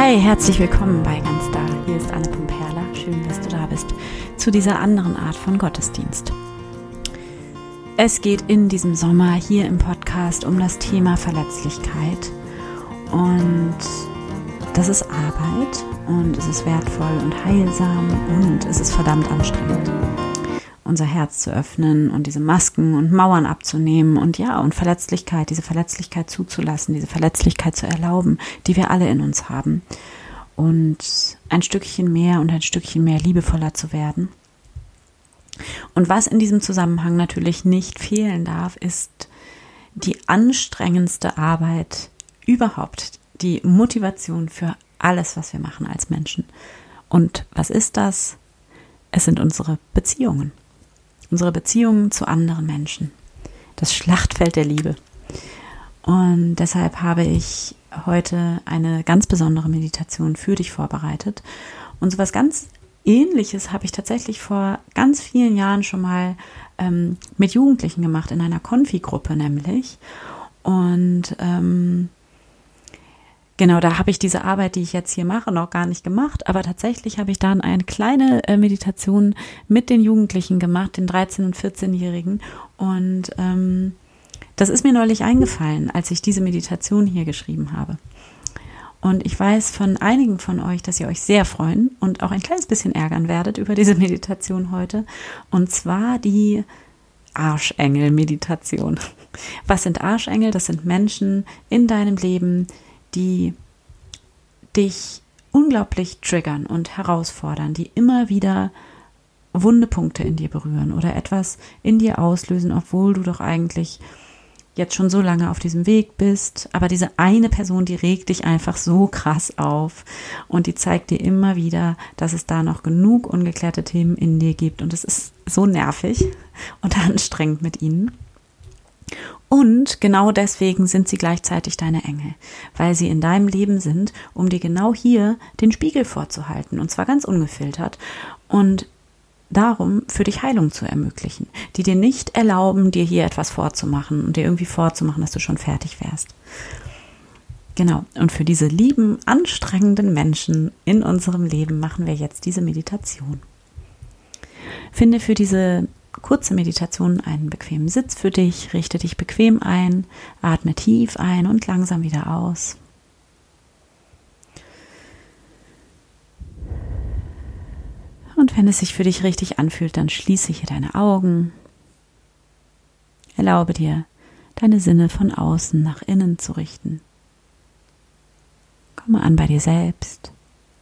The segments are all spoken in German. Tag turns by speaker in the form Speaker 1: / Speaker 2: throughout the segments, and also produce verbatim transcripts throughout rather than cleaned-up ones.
Speaker 1: Hi, herzlich willkommen bei Ganz Da. Hier ist Anne Pumperla. Schön, dass du da bist zu dieser anderen Art von Gottesdienst. Es geht in diesem Sommer hier im Podcast um das Thema Verletzlichkeit. Und das ist Arbeit und es ist wertvoll und heilsam und es ist verdammt anstrengend, unser Herz zu öffnen und diese Masken und Mauern abzunehmen und ja, und Verletzlichkeit, diese Verletzlichkeit zuzulassen, diese Verletzlichkeit zu erlauben, die wir alle in uns haben. Und ein Stückchen mehr und ein Stückchen mehr liebevoller zu werden. Und was in diesem Zusammenhang natürlich nicht fehlen darf, ist die anstrengendste Arbeit überhaupt, die Motivation für alles, was wir machen als Menschen. Und was ist das? Es sind unsere Beziehungen. Unsere Beziehungen zu anderen Menschen. Das Schlachtfeld der Liebe. Und deshalb habe ich heute eine ganz besondere Meditation für dich vorbereitet. Und sowas ganz Ähnliches habe ich tatsächlich vor ganz vielen Jahren schon mal ähm, mit Jugendlichen gemacht, in einer Konfi-Gruppe nämlich. Und ähm, Genau, da habe ich diese Arbeit, die ich jetzt hier mache, noch gar nicht gemacht, aber tatsächlich habe ich dann eine kleine äh, Meditation mit den Jugendlichen gemacht, den dreizehn- und vierzehnjährigen, und ähm, das ist mir neulich eingefallen, als ich diese Meditation hier geschrieben habe. Und ich weiß von einigen von euch, dass ihr euch sehr freuen und auch ein kleines bisschen ärgern werdet über diese Meditation heute, und zwar die Arschengel-Meditation. Was sind Arschengel? Das sind Menschen in deinem Leben, die dich unglaublich triggern und herausfordern, die immer wieder Wundepunkte in dir berühren oder etwas in dir auslösen, obwohl du doch eigentlich jetzt schon so lange auf diesem Weg bist. Aber diese eine Person, die regt dich einfach so krass auf und die zeigt dir immer wieder, dass es da noch genug ungeklärte Themen in dir gibt. Und es ist so nervig und anstrengend mit ihnen. Und genau deswegen sind sie gleichzeitig deine Engel, weil sie in deinem Leben sind, um dir genau hier den Spiegel vorzuhalten, und zwar ganz ungefiltert und darum für dich Heilung zu ermöglichen, die dir nicht erlauben, dir hier etwas vorzumachen und dir irgendwie vorzumachen, dass du schon fertig wärst. Genau, und für diese lieben, anstrengenden Menschen in unserem Leben machen wir jetzt diese Meditation. Finde für diese kurze Meditation einen bequemen Sitz für dich, richte dich bequem ein, atme tief ein und langsam wieder aus. Und wenn es sich für dich richtig anfühlt, dann schließe hier deine Augen. Erlaube dir, deine Sinne von außen nach innen zu richten. Komme an bei dir selbst.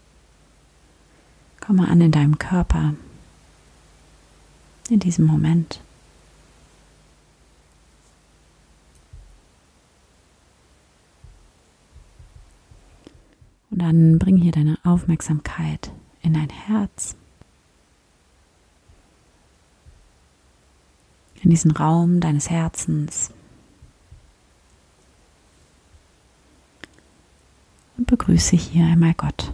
Speaker 1: Komme an in deinem Körper. In diesem Moment. Und dann bring hier deine Aufmerksamkeit in dein Herz, in diesen Raum deines Herzens, und begrüße hier einmal Gott.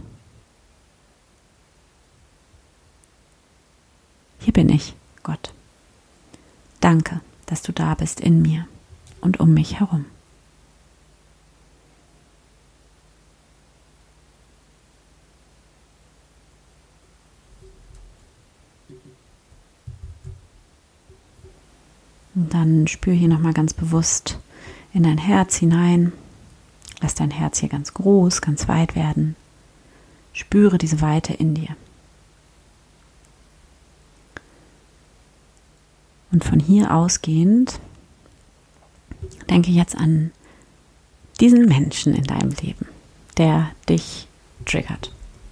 Speaker 1: Hier bin ich. Gott, danke, dass du da bist in mir und um mich herum. Und dann spür hier nochmal ganz bewusst in dein Herz hinein. Lass dein Herz hier ganz groß, ganz weit werden. Spüre diese Weite in dir. Und von hier ausgehend denke jetzt an diesen Menschen in deinem Leben, der dich triggert,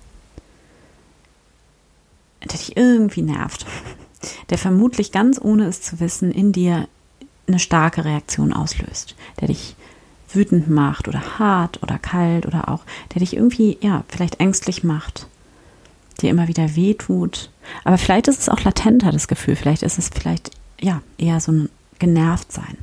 Speaker 1: der dich irgendwie nervt, der vermutlich ganz ohne es zu wissen in dir eine starke Reaktion auslöst, der dich wütend macht oder hart oder kalt oder auch, der dich irgendwie, ja, vielleicht ängstlich macht, dir immer wieder wehtut. Aber vielleicht ist es auch latenter, das Gefühl, vielleicht ist es vielleicht ja, eher so ein Genervtsein.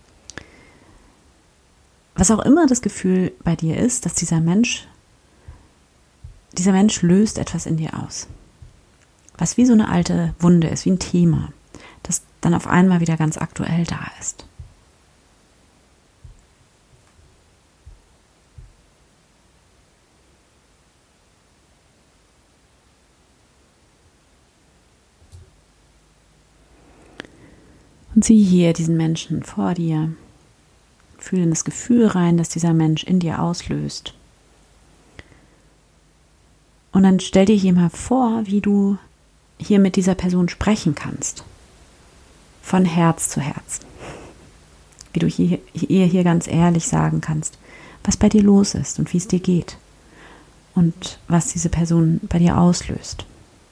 Speaker 1: Was auch immer das Gefühl bei dir ist, dass dieser Mensch, dieser Mensch löst etwas in dir aus. Was wie so eine alte Wunde ist, wie ein Thema, das dann auf einmal wieder ganz aktuell da ist. Und sieh hier diesen Menschen vor dir. Fühle in das Gefühl rein, das dieser Mensch in dir auslöst. Und dann stell dir hier mal vor, wie du hier mit dieser Person sprechen kannst. Von Herz zu Herz. Wie du hier, ihr hier ganz ehrlich sagen kannst, was bei dir los ist und wie es dir geht. Und was diese Person bei dir auslöst.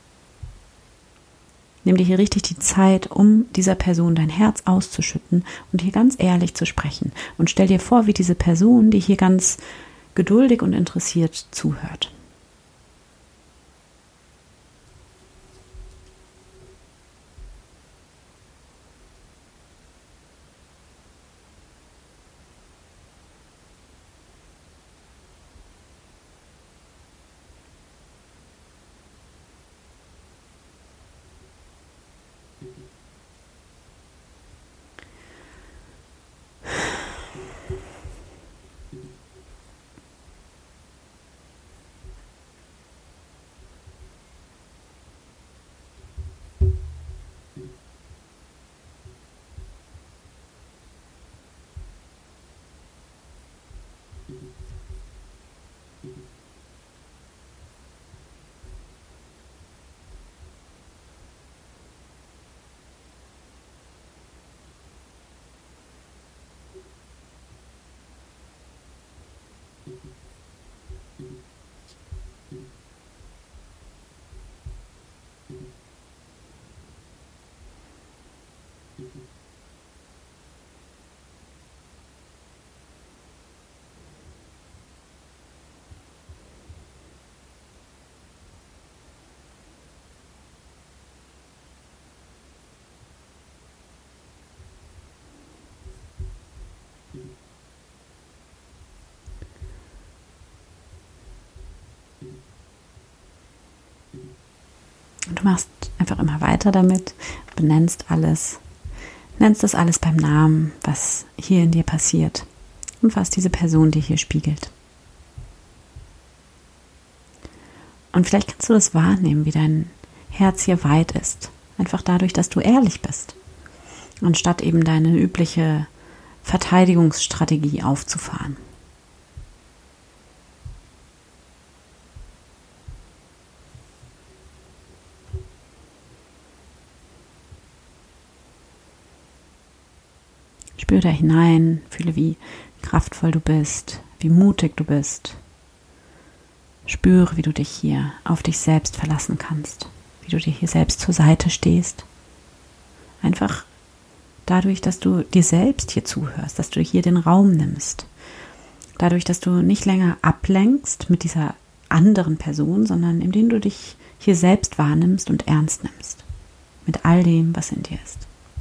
Speaker 1: Nimm dir hier richtig die Zeit, um dieser Person dein Herz auszuschütten und hier ganz ehrlich zu sprechen. Und stell dir vor, wie diese Person, die hier ganz geduldig und interessiert zuhört. Und du machst einfach immer weiter damit, benennst alles, nennst das alles beim Namen, was hier in dir passiert und was diese Person dir hier spiegelt. Und vielleicht kannst du das wahrnehmen, wie dein Herz hier weit ist, einfach dadurch, dass du ehrlich bist, anstatt eben deine übliche Verteidigungsstrategie aufzufahren. Spür da hinein, fühle, wie kraftvoll du bist, wie mutig du bist. Spüre, wie du dich hier auf dich selbst verlassen kannst, wie du dir hier selbst zur Seite stehst. Einfach dadurch, dass du dir selbst hier zuhörst, dass du hier den Raum nimmst. Dadurch, dass du nicht länger ablenkst mit dieser anderen Person, sondern indem du dich hier selbst wahrnimmst und ernst nimmst. Mit all dem, was in dir ist.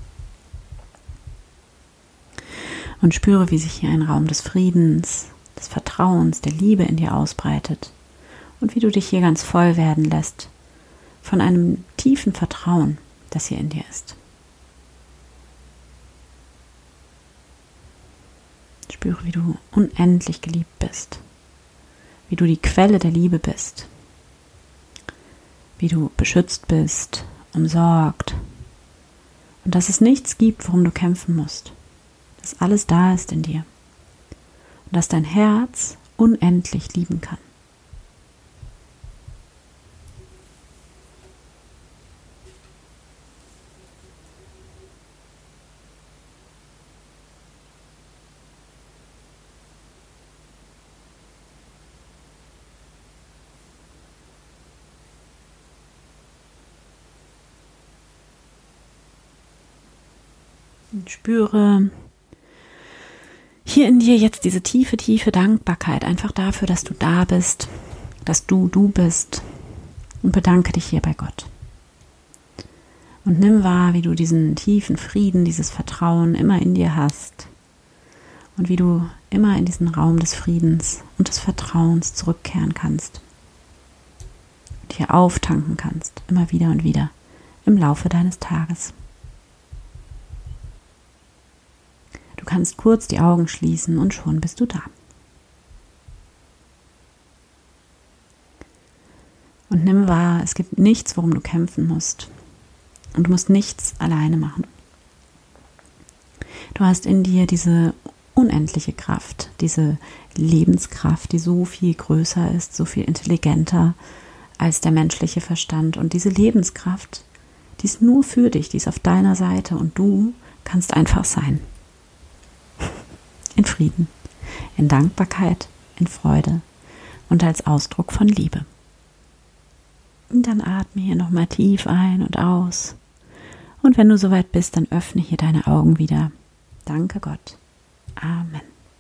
Speaker 1: Und spüre, wie sich hier ein Raum des Friedens, des Vertrauens, der Liebe in dir ausbreitet. Und wie du dich hier ganz voll werden lässt von einem tiefen Vertrauen, das hier in dir ist. Spüre, wie du unendlich geliebt bist. Wie du die Quelle der Liebe bist. Wie du beschützt bist, umsorgt. Und dass es nichts gibt, worum du kämpfen musst. Dass alles da ist in dir und dass dein Herz unendlich lieben kann. Und spüre hier in dir jetzt diese tiefe, tiefe Dankbarkeit, einfach dafür, dass du da bist, dass du du bist, und bedanke dich hier bei Gott. Und nimm wahr, wie du diesen tiefen Frieden, dieses Vertrauen immer in dir hast und wie du immer in diesen Raum des Friedens und des Vertrauens zurückkehren kannst und hier auftanken kannst, immer wieder und wieder im Laufe deines Tages. Du kannst kurz die Augen schließen und schon bist du da. Und nimm wahr, es gibt nichts, worum du kämpfen musst. Und du musst nichts alleine machen. Du hast in dir diese unendliche Kraft, diese Lebenskraft, die so viel größer ist, so viel intelligenter als der menschliche Verstand. Und diese Lebenskraft, die ist nur für dich, die ist auf deiner Seite und du kannst einfach sein. In Frieden, in Dankbarkeit, in Freude und als Ausdruck von Liebe. Und dann atme hier nochmal tief ein und aus. Und wenn du soweit bist, dann öffne hier deine Augen wieder. Danke Gott. Amen.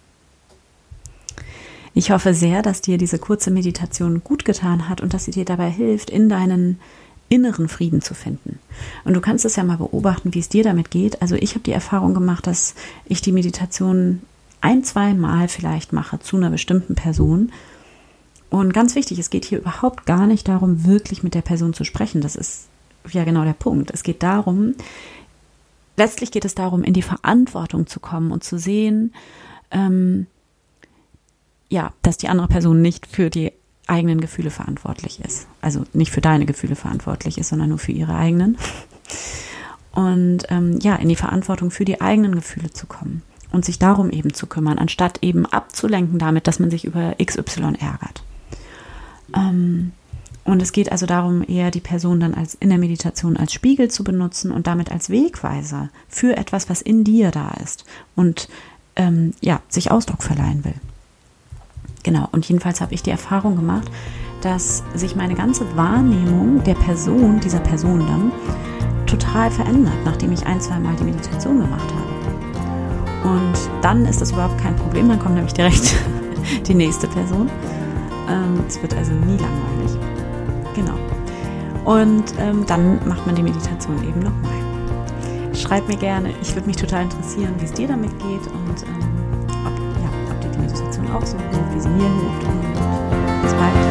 Speaker 1: Ich hoffe sehr, dass dir diese kurze Meditation gut getan hat und dass sie dir dabei hilft, in deinen inneren Frieden zu finden. Und du kannst es ja mal beobachten, wie es dir damit geht. Also ich habe die Erfahrung gemacht, dass ich die Meditation ein, zwei Mal vielleicht mache zu einer bestimmten Person. Und ganz wichtig, es geht hier überhaupt gar nicht darum, wirklich mit der Person zu sprechen. Das ist ja genau der Punkt. Es geht darum, letztlich geht es darum, in die Verantwortung zu kommen und zu sehen, ähm, ja, dass die andere Person nicht für die eigenen Gefühle verantwortlich ist. Also nicht für deine Gefühle verantwortlich ist, sondern nur für ihre eigenen. Und ähm, ja, in die Verantwortung für die eigenen Gefühle zu kommen und sich darum eben zu kümmern, anstatt eben abzulenken damit, dass man sich über X Y ärgert. Ähm, und es geht also darum, eher die Person dann als in der Meditation als Spiegel zu benutzen und damit als Wegweiser für etwas, was in dir da ist und ähm, ja, sich Ausdruck verleihen will. Genau, und jedenfalls habe ich die Erfahrung gemacht, dass sich meine ganze Wahrnehmung der Person, dieser Person dann, total verändert, nachdem ich ein, zwei Mal die Meditation gemacht habe. Und dann ist das überhaupt kein Problem, dann kommt nämlich direkt die nächste Person. Es wird also nie langweilig. Genau. Und ähm, dann macht man die Meditation eben nochmal. Schreib mir gerne, ich würde mich total interessieren, wie es dir damit geht und ähm, ob, ja, ob dir die Meditation auch so hilft, wie sie mir hilft. Und bis bald.